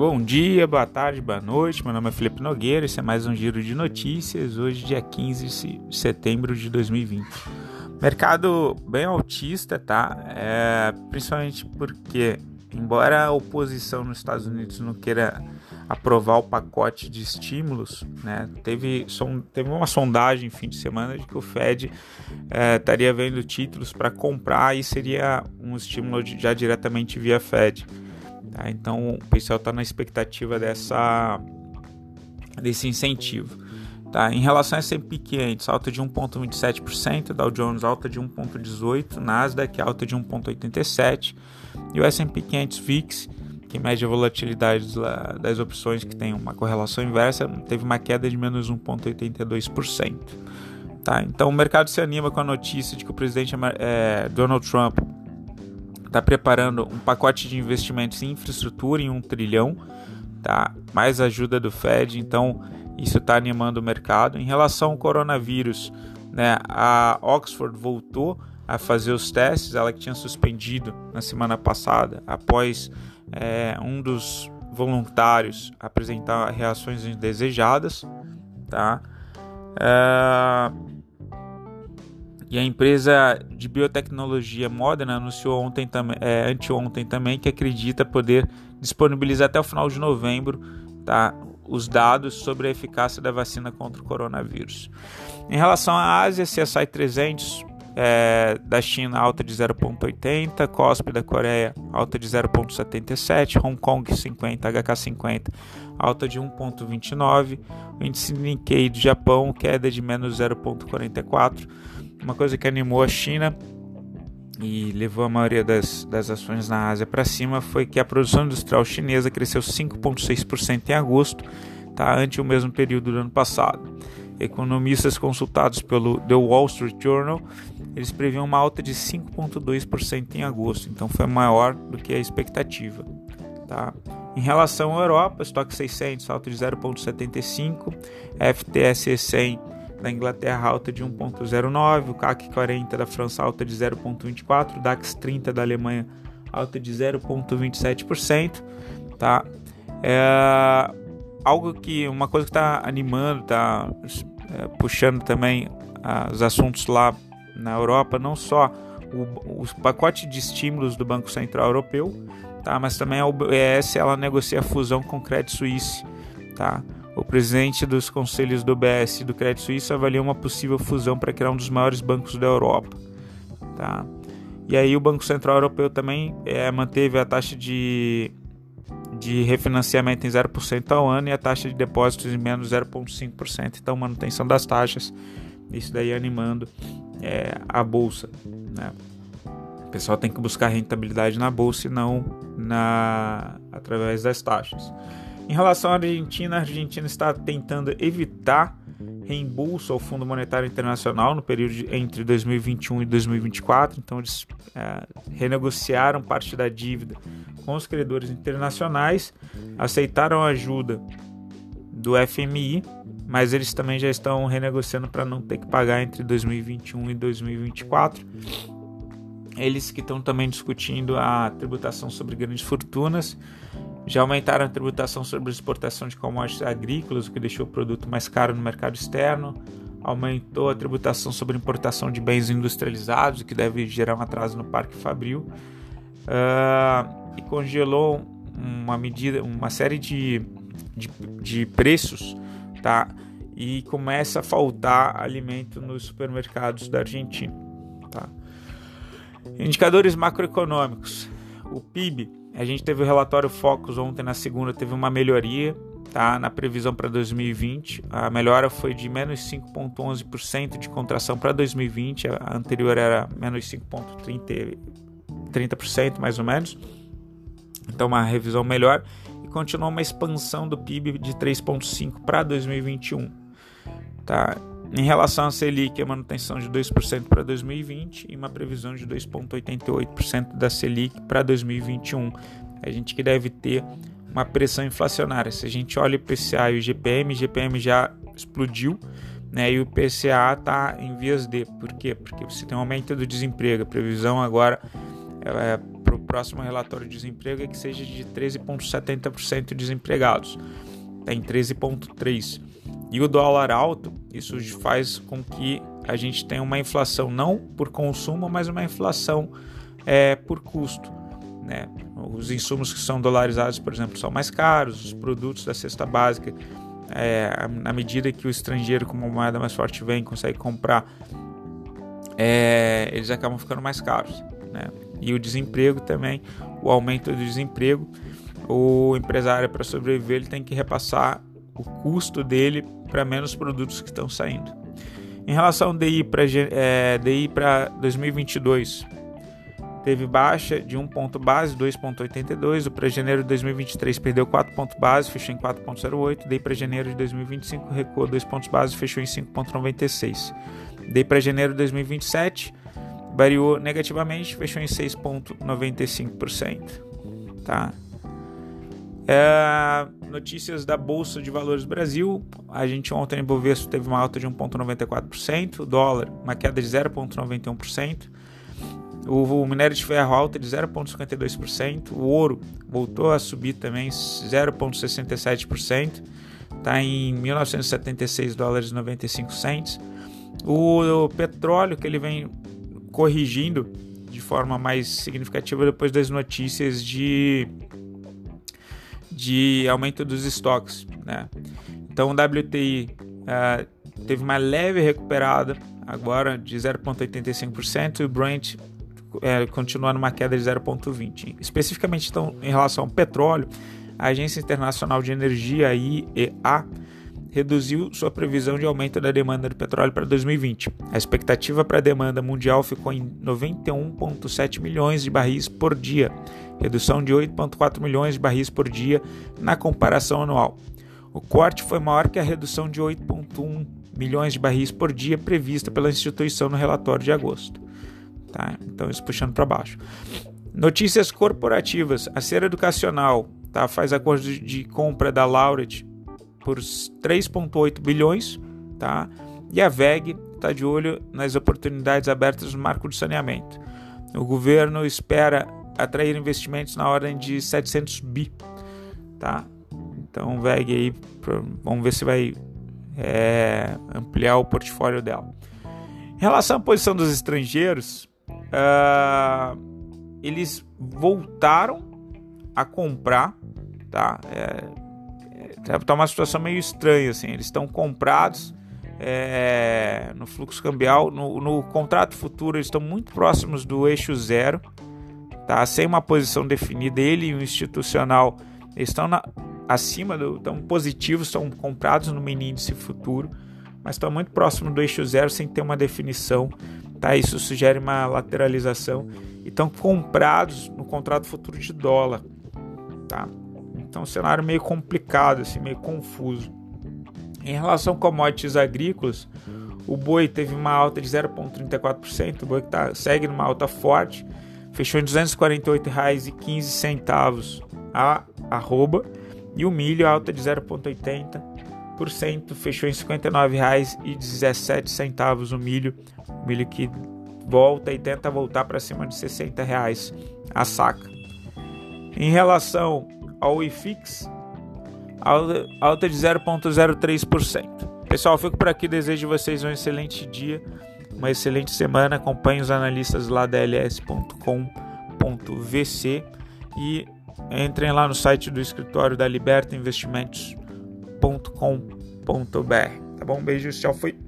Bom dia, boa tarde, boa noite. Meu nome é Felipe Nogueira, esse é mais um giro de notícias. Hoje, dia 15 de setembro de 2020. Mercado bem altista, tá? Principalmente porque, embora a oposição nos Estados Unidos não queira aprovar o pacote de estímulos, né? Teve uma sondagem fim de semana de que o Fed estaria vendo títulos para comprar e seria um estímulo já diretamente via Fed. Tá? Então o pessoal está na expectativa desse incentivo. Tá? Em relação a S&P 500, alta de 1,27%, Dow Jones alta de 1,18%, Nasdaq alta de 1,87%, e o S&P 500 VIX, que mede a volatilidade das opções que tem uma correlação inversa, teve uma queda de menos 1,82%. Tá? Então o mercado se anima com a notícia de que o presidente Donald Trump está preparando um pacote de investimentos em infraestrutura em 1 trilhão, tá? Mais ajuda do Fed, então isso está animando o mercado. Em relação ao coronavírus, né, a Oxford voltou a fazer os testes, ela que tinha suspendido na semana passada, após um dos voluntários apresentar reações indesejadas, tá? E a empresa de biotecnologia Moderna anunciou anteontem também que acredita poder disponibilizar até o final de novembro, tá, os dados sobre a eficácia da vacina contra o coronavírus. Em relação à Ásia, CSI 300 da China alta de 0,80, KOSPI da Coreia alta de 0,77, Hong Kong 50, HK50 alta de 1,29, o índice Nikkei do Japão queda de menos 0,44. Uma coisa que animou a China e levou a maioria das ações na Ásia para cima foi que a produção industrial chinesa cresceu 5,6% em agosto, tá, ante o mesmo período do ano passado. Economistas consultados pelo The Wall Street Journal, eles previam uma alta de 5,2% em agosto, então foi maior do que a expectativa. Tá? Em relação à Europa, estoque 600 alta de 0,75, FTSE 100 da Inglaterra alta de 1,09, o CAC 40 da França alta de 0,24, o DAX 30 da Alemanha alta de 0,27%, tá? Uma coisa que está animando, está puxando também os assuntos lá na Europa, não só o pacote de estímulos do Banco Central Europeu, tá? Mas também a UBS ela negocia a fusão com o Credit Suisse, tá? O presidente dos conselhos do UBS e do Credit Suisse avalia uma possível fusão para criar um dos maiores bancos da Europa. Tá? E aí o Banco Central Europeu também manteve a taxa de refinanciamento em 0% ao ano e a taxa de depósitos em menos 0,5%. Então, manutenção das taxas, isso daí animando a Bolsa. Né? O pessoal tem que buscar rentabilidade na Bolsa e não através das taxas. Em relação à Argentina, a Argentina está tentando evitar reembolso ao Fundo Monetário Internacional no período entre 2021 e 2024. Então, eles renegociaram parte da dívida com os credores internacionais, aceitaram a ajuda do FMI, mas eles também já estão renegociando para não ter que pagar entre 2021 e 2024. Eles que estão também discutindo a tributação sobre grandes fortunas. Já aumentaram a tributação sobre a exportação de commodities agrícolas, o que deixou o produto mais caro no mercado externo. Aumentou a tributação sobre importação de bens industrializados, o que deve gerar um atraso no parque fabril. E congelou uma série de preços, tá? E começa a faltar alimento nos supermercados da Argentina. Tá? Indicadores macroeconômicos. O PIB. A gente teve o relatório Focus ontem na segunda, teve uma melhoria, tá, na previsão para 2020. A melhora foi de menos 5,11% de contração para 2020, a anterior era menos 5,30% mais ou menos. Então uma revisão melhor e continua uma expansão do PIB de 3,5% para 2021. Tá? Em relação à Selic, a manutenção de 2% para 2020 e uma previsão de 2,88% da Selic para 2021. A gente que deve ter uma pressão inflacionária. Se a gente olha o IPCA e o GPM já explodiu, né, e o IPCA está em vias de. Por quê? Porque você tem um aumento do desemprego. A previsão agora para o próximo relatório de desemprego é que seja de 13,70% desempregados. Está em 13,3%. E o dólar alto, isso faz com que a gente tenha uma inflação não por consumo, mas uma inflação por custo, né? Os insumos que são dolarizados, por exemplo, são mais caros, os produtos da cesta básica, na medida que o estrangeiro com uma moeda mais forte vem e consegue comprar, eles acabam ficando mais caros, né? E o desemprego também, o aumento do desemprego, o empresário, para sobreviver, ele tem que repassar o custo dele para menos produtos que estão saindo. Em relação ao DI para 2022, teve baixa de 1 ponto base, 2,82. O para janeiro de 2023 perdeu 4 pontos base, fechou em 4,08. DI para janeiro de 2025 recuou 2 pontos base, fechou em 5,96. DI para janeiro de 2027 variou negativamente, fechou em 6,95%. Tá? Notícias da Bolsa de Valores do Brasil. A gente ontem em Bovespa teve uma alta de 1,94%, o dólar uma queda de 0,91%, o minério de ferro alta de 0,52%, o ouro voltou a subir também 0,67%, está em $1.976,95. O petróleo, que ele vem corrigindo de forma mais significativa depois das notícias de aumento dos estoques, né? Então o WTI teve uma leve recuperada agora de 0,85% e o Brent continua numa queda de 0,20%. Especificamente, então, em relação ao petróleo, a Agência Internacional de Energia, IEA, reduziu sua previsão de aumento da demanda de petróleo para 2020. A expectativa para a demanda mundial ficou em 91,7 milhões de barris por dia, redução de 8,4 milhões de barris por dia na comparação anual. O corte foi maior que a redução de 8,1 milhões de barris por dia prevista pela instituição no relatório de agosto. Tá? Então, isso puxando para baixo. Notícias corporativas. A Ser Educacional faz acordo de compra da Laureate por 3,8 bilhões, tá? E a VEG está de olho nas oportunidades abertas no marco de saneamento. O governo espera atrair investimentos na ordem de 700 bi, tá? Então, VEG aí, vamos ver se vai ampliar o portfólio dela. Em relação à posição dos estrangeiros, eles voltaram a comprar, tá? Tá uma situação meio estranha, assim. Eles estão comprados no fluxo cambial, no contrato futuro eles estão muito próximos do eixo zero, tá? Sem uma posição definida. Ele e o institucional estão acima, estão positivos, estão comprados no mini índice futuro, mas estão muito próximos do eixo zero sem ter uma definição, tá? Isso sugere uma lateralização e estão comprados no contrato futuro de dólar, tá? Então, um cenário meio complicado, assim, meio confuso. Em relação a commodities agrícolas, o boi teve uma alta de 0,34%, o boi que segue numa alta forte, fechou em R$ 248,15 a arroba, e o milho alta de 0,80%, fechou em R$ 59,17 o milho que volta e tenta voltar para cima de R$ 60 a saca. Em relação ao IFIX, alta de 0,03%. Pessoal, fico por aqui, desejo a vocês um excelente dia, uma excelente semana. Acompanhe os analistas lá da ls.com.vc e entrem lá no site do escritório da libertainvestimentos.com.br. Tá bom? Um beijo, tchau, fui.